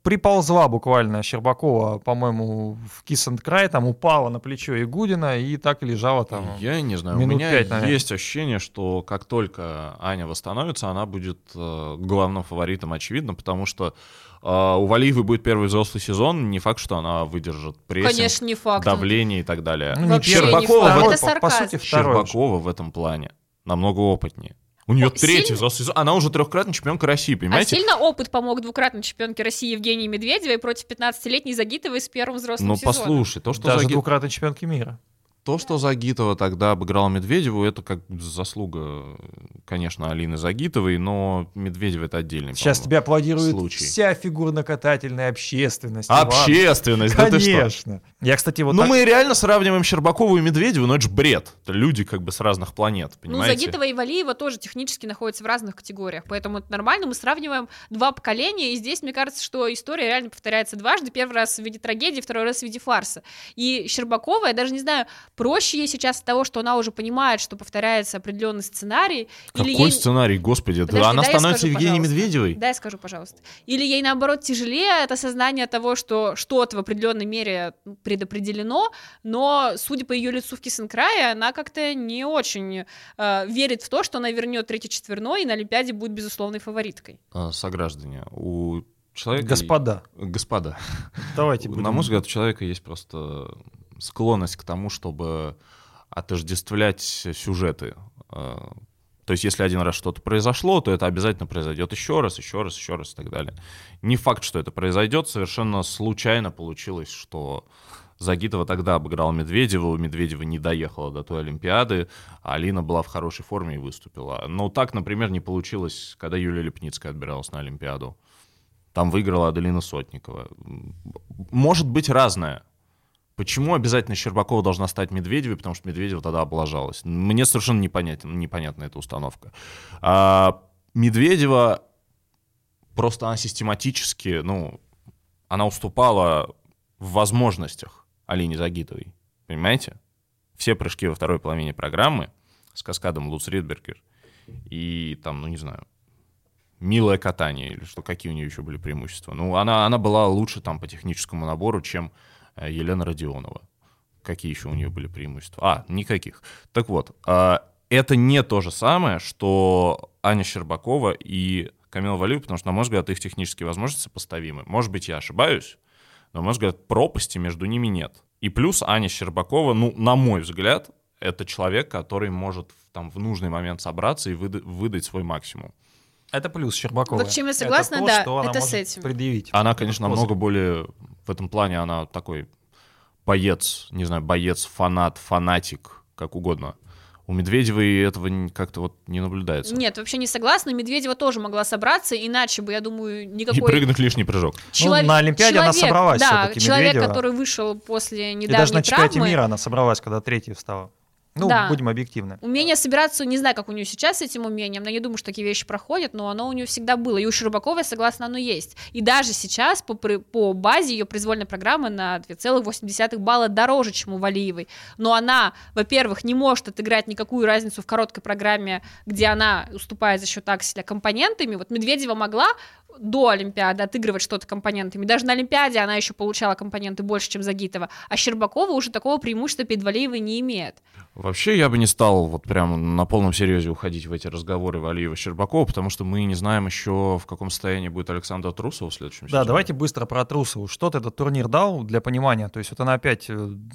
приползла буквально Щербакова, по-моему, в Kiss&Cry, там упала на плечо Игудина и так и лежала там. Я не знаю, у минут меня 5, наверное. есть ощущение, что как только Аня восстановится, она будет главным фаворитом, очевидно, потому что у Валиевой будет первый взрослый сезон, не факт, что она выдержит прессинг, Конечно, не факт. давление и так далее. Ну, не Вообще первый, не Щербакова факт. в Это этом- сарказм. по сути, второй. Щербакова в этом плане намного опытнее. У нее третий сильно- взрослый сезон, она уже 3-кратная чемпионка России, А понимаете? сильно опыт помог двукратной чемпионке России Евгении Медведевой против 15-летней Загитовой с первым взрослым Ну, сезоном? послушай, то, что Даже Загитова... двукратной чемпионки мира. То, что Загитова тогда обыграла Медведеву, это как заслуга, конечно, Алины Загитовой, но Медведева — это отдельный, Сейчас по-моему, тебе аплодирует случай. вся фигурно-катательная общественность. Иван. Общественность, да ты что? Конечно. Я, кстати, вот Ну, так- мы реально сравниваем Щербакову и Медведеву, но это же бред. Это люди как бы с разных планет, Ну, понимаете? Загитова и Валиева тоже технически находятся в разных категориях, поэтому это нормально, мы сравниваем два поколения, и здесь, мне кажется, что история реально повторяется дважды, первый раз в виде трагедии, второй раз в виде фарса. И Щербакова, я даже не знаю, проще ей сейчас от того, что она уже понимает, что повторяется определенный сценарий, или Какой ей... сценарий, господи? Подожди, Она дай я становится скажу, Евгенией пожалуйста. Медведевой? Да, я скажу, пожалуйста. Или ей, наоборот, тяжелее от осознания того, что что-то в определенной мере предопределено, но, судя по ее лицу в Kiss&Cry, она как-то не очень верит в то, что она вернет третий четверной и на Олимпиаде будет безусловной фавориткой. Сограждане, у человека... Господа, Господа. давайте На будем- мой взгляд, у человека есть просто склонность к тому, чтобы отождествлять сюжеты. То есть, если один раз что-то произошло, то это обязательно произойдет еще раз и так далее. Не факт, что это произойдет. Совершенно случайно получилось, что Загитова тогда обыграла Медведеву, Медведева не доехала до той Олимпиады, а Алина была в хорошей форме и выступила. Но так, например, не получилось, когда Юлия Лепницкая отбиралась на Олимпиаду. Там выиграла Аделина Сотникова. Может быть разное. Почему обязательно Щербакова должна стать Медведевой? Потому что Медведева тогда облажалась. Мне совершенно непонятна эта установка. Медведева просто она систематически, она уступала в возможностях Алине Загитовой. Понимаете? Все прыжки во второй половине программы с каскадом Луц Ридбергер и там, не знаю, милое катание или что, какие у нее еще были преимущества. Она была лучше там по техническому набору, чем Елена Родионова. Какие еще у нее были преимущества? Никаких. Так вот, это не то же самое, что Аня Щербакова и Камила Валиева, потому что, на мой взгляд, их технические возможности сопоставимы. Может быть, я ошибаюсь, но, на мой взгляд, пропасти между ними нет. И плюс Аня Щербакова, на мой взгляд, это человек, который может в нужный момент собраться и выдать свой максимум. Это плюс Щербаковой. Вот чем я согласна, это то, да, что она это с может этим. предъявить. Она, конечно, намного более... В этом плане она такой боец, не знаю, боец, фанат, фанатик, как угодно. У Медведевой этого как-то не наблюдается. Нет, вообще не согласна. Медведева тоже могла собраться, иначе бы, я думаю, никакой... И прыгнуть лишний прыжок. На Олимпиаде она собралась Да, всё-таки, человек, Медведева. который вышел после И недавней даже на чемпионате травмы. мира она собралась, когда третья встала. Да. Будем объективны. Умение собираться, не знаю, как у нее сейчас с этим умением, но я не думаю, что такие вещи проходят, но оно у нее всегда было. И у Щербаковой, согласна, оно есть. И даже сейчас по базе ее произвольной программы на 2,8 балла дороже, чем у Валиевой. Но она, во-первых, не может отыграть никакую разницу в короткой программе, где она уступает за счет акселя компонентами. Вот Медведева могла до Олимпиады отыгрывать что-то компонентами. Даже на Олимпиаде она еще получала компоненты больше, чем Загитова. А Щербакова уже такого преимущества перед Валиевой не имеет. Вообще я бы не стал прям на полном серьезе уходить в эти разговоры Валиева-Щербакова, потому что мы не знаем еще, в каком состоянии будет Александра Трусова в следующем сезоне. Да, давайте быстро про Трусову. Что-то этот турнир дал для понимания? То есть она опять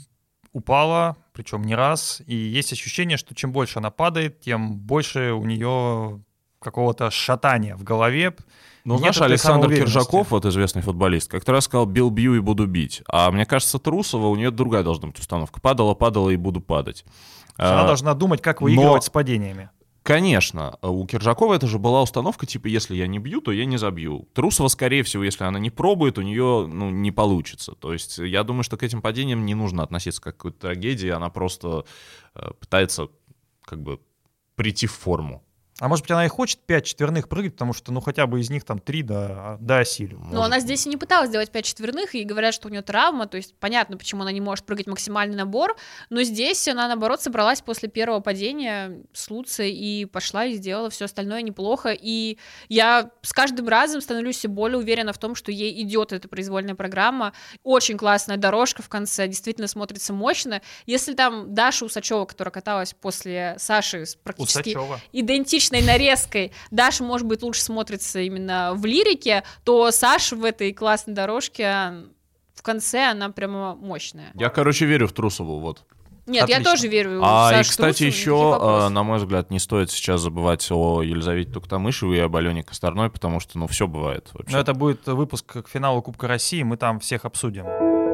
упала, причем не раз, и есть ощущение, что чем больше она падает, тем больше у нее какого-то шатания в голове. Знаешь, Александр Киржаков, известный футболист, как-то раз сказал: бил-бью и буду бить. А мне кажется, Трусова, у нее другая должна быть установка. Падала и буду падать. Она должна думать, как выигрывать с падениями. Конечно, у Киржакова это же была установка, типа, если я не бью, то я не забью. Трусова, скорее всего, если она не пробует, у нее не получится. То есть я думаю, что к этим падениям не нужно относиться как к какой-то трагедии, она просто пытается прийти в форму. А может быть, она и хочет 5 четверных прыгать, потому что, хотя бы из них там 3 доосилю. Но она здесь и не пыталась делать 5 четверных, и говорят, что у нее травма, то есть понятно, почему она не может прыгать максимальный набор, но здесь она, наоборот, собралась после первого падения с Луци и пошла и сделала все остальное неплохо, и я с каждым разом становлюсь все более уверена в том, что ей идет эта произвольная программа, очень классная дорожка в конце, действительно смотрится мощно. Если там Даша Усачева, которая каталась после Саши с практически идентичной нарезкой, Даша, может быть, лучше смотрится именно в лирике, то Саша в этой классной дорожке в конце, она прямо мощная. Я, верю в Трусову, вот. Нет, Отлично. я тоже верю в Сашу И, кстати, Трусову, еще, на мой взгляд, не стоит сейчас забывать о Елизавете Туктамышевой и об Алене Косторной, потому что, все бывает вообще. Но это будет выпуск к финалу Кубка России, мы там всех обсудим.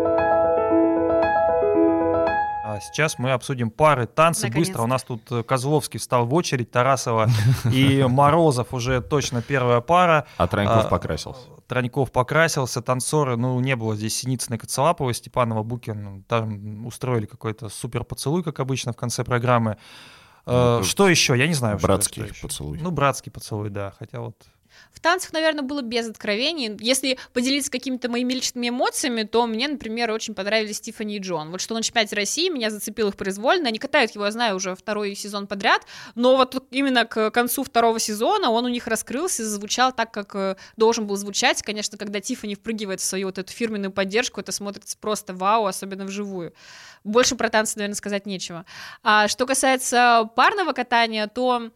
А сейчас мы обсудим пары, танцы. Наконец-то. Быстро. У нас тут Козловский встал в очередь, Тарасова и Морозов уже точно первая пара. А Троньков покрасился. Троньков покрасился, танцоры, не было здесь Синицына и Коцелапова, Степанова, Букин, там устроили какой-то супер поцелуй, как обычно в конце программы. Что еще? Я не знаю. Братский что еще. поцелуй. Братский поцелуй, да, хотя вот... В танцах, наверное, было без откровений. Если поделиться какими-то моими личными эмоциями, то мне, например, очень понравились Тиффани и Джон. Вот что на чемпионате России меня зацепил их произвольно. Они катают его, я знаю, уже второй сезон подряд, но вот именно к концу второго сезона он у них раскрылся, звучал так, как должен был звучать. Конечно, когда Тиффани впрыгивает в свою вот эту фирменную поддержку, это смотрится просто вау, особенно вживую. Больше про танцы, наверное, сказать нечего. А что касается парного катания, то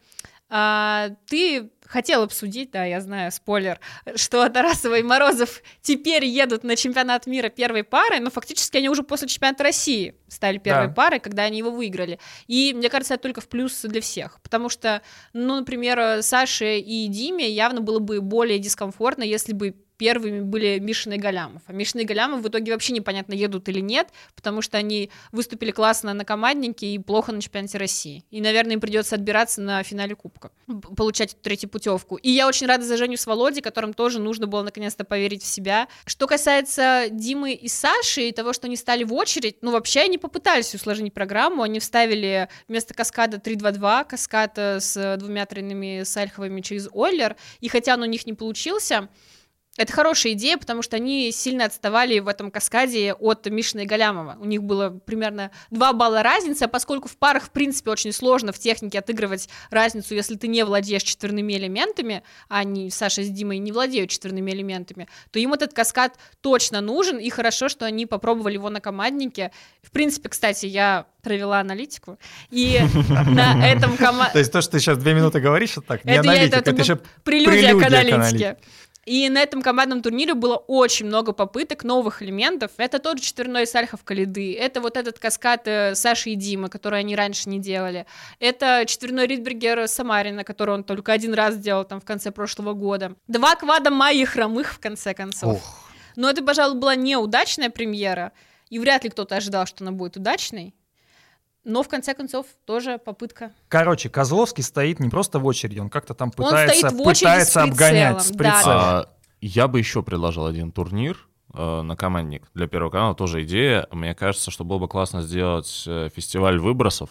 ты хотел обсудить, да, я знаю, спойлер, что Тарасова и Морозов теперь едут на чемпионат мира первой парой, но фактически они уже после чемпионата России стали первой парой, когда они его выиграли. И мне кажется, это только в плюс для всех, потому что, например, Саше и Диме явно было бы более дискомфортно, если бы первыми были Мишин и Галямов. А Мишин и Галямов в итоге вообще непонятно, едут или нет, потому что они выступили классно на команднике и плохо на чемпионате России. И, наверное, им придется отбираться на финале Кубка, получать эту третью путевку. И я очень рада за Женю с Володей, которым тоже нужно было наконец-то поверить в себя. Что касается Димы и Саши и того, что они стали в очередь, вообще они попытались усложнить программу, они вставили вместо каскада 3-2-2, каскад с двумя тройными сальховыми через Ойлер, и хотя он у них не получился, это хорошая идея, потому что они сильно отставали в этом каскаде от Мишина и Галямова. У них было примерно 2 балла разницы, а поскольку в парах, в принципе, очень сложно в технике отыгрывать разницу, если ты не владеешь четверными элементами, а они, Саша с Димой, не владеют четверными элементами, то им этот каскад точно нужен, и хорошо, что они попробовали его на команднике. В принципе, кстати, я провела аналитику, и на этом То есть то, что ты сейчас 2 минуты говоришь, это так, не аналитика, это еще прелюдия к аналитике. И на этом командном турнире было очень много попыток, новых элементов. Это тот же четверной сальхов Калиды, это вот этот каскад Саши и Димы, который они раньше не делали. Это четверной Ридбергер Самарина, который он только один раз делал там в конце прошлого года. 2 квада Майи Хромых в конце концов. Но это, пожалуй, была неудачная премьера, и вряд ли кто-то ожидал, что она будет удачной. Но, в конце концов, тоже попытка. Короче, Козловский стоит не просто в очереди, он как-то там пытается обгонять с прицелом. Я бы еще предложил один турнир на командник для Первого канала, тоже идея. Мне кажется, что было бы классно сделать фестиваль выбросов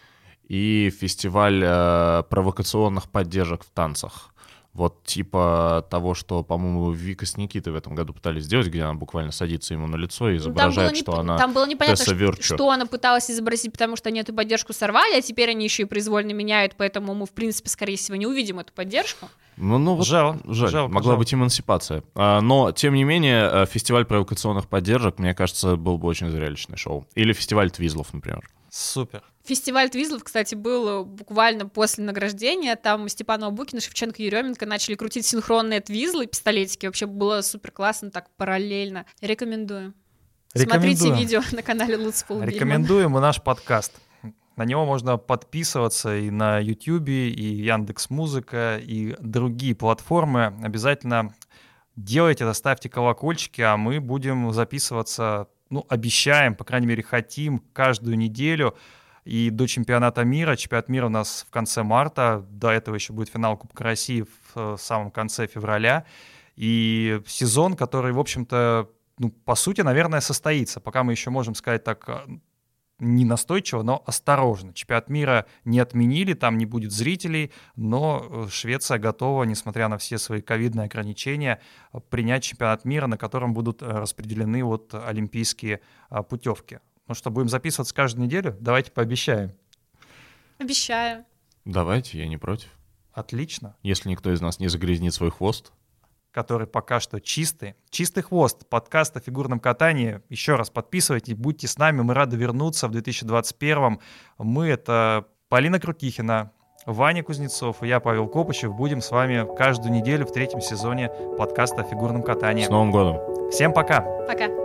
и фестиваль провокационных поддержек в танцах. Вот типа того, что, по-моему, Вика с Никитой в этом году пытались сделать, где она буквально садится ему на лицо и изображает, что она Там было непонятно, Тесса Виртчу. что она пыталась изобразить, потому что они эту поддержку сорвали, а теперь они еще и произвольно меняют, поэтому мы, в принципе, скорее всего, не увидим эту поддержку. Вот жаль. Могла быть эмансипация. Но, тем не менее, фестиваль провокационных поддержек, мне кажется, был бы очень зрелищное шоу. Или фестиваль твизлов, например. Супер. Фестиваль твизлов, кстати, был буквально после награждения. Там Степанова, Букина, Шевченко, Еременко начали крутить синхронные твизлы, пистолетики. Вообще было супер классно, так параллельно. Рекомендую. Смотрите видео на канале Луцпул. Рекомендуем и наш подкаст. На него можно подписываться и на Ютубе, и Яндекс.Музыка, и другие платформы. Обязательно делайте это, ставьте колокольчики, а мы будем записываться, обещаем, по крайней мере, хотим каждую неделю. И до чемпионата мира. Чемпионат мира у нас в конце марта. До этого еще будет финал Кубка России в самом конце февраля. И сезон, который, в общем-то, по сути, наверное, состоится. Пока мы еще можем сказать так не настойчиво, но осторожно. Чемпионат мира не отменили, там не будет зрителей, но Швеция готова, несмотря на все свои ковидные ограничения, принять чемпионат мира, на котором будут распределены вот олимпийские путевки. Ну что, будем записываться каждую неделю? Давайте пообещаем. Обещаю. Давайте, я не против. Отлично. Если никто из нас не загрязнит свой хвост. Который пока что чистый. «Чистый хвост», подкаст о фигурном катании. Еще раз подписывайтесь, будьте с нами, мы рады вернуться в 2021. Мы — это Полина Крутихина, Ваня Кузнецов и я, Павел Копычев. Будем с вами каждую неделю в 3-м сезоне подкаста о фигурном катании. С Новым годом! Всем пока! Пока.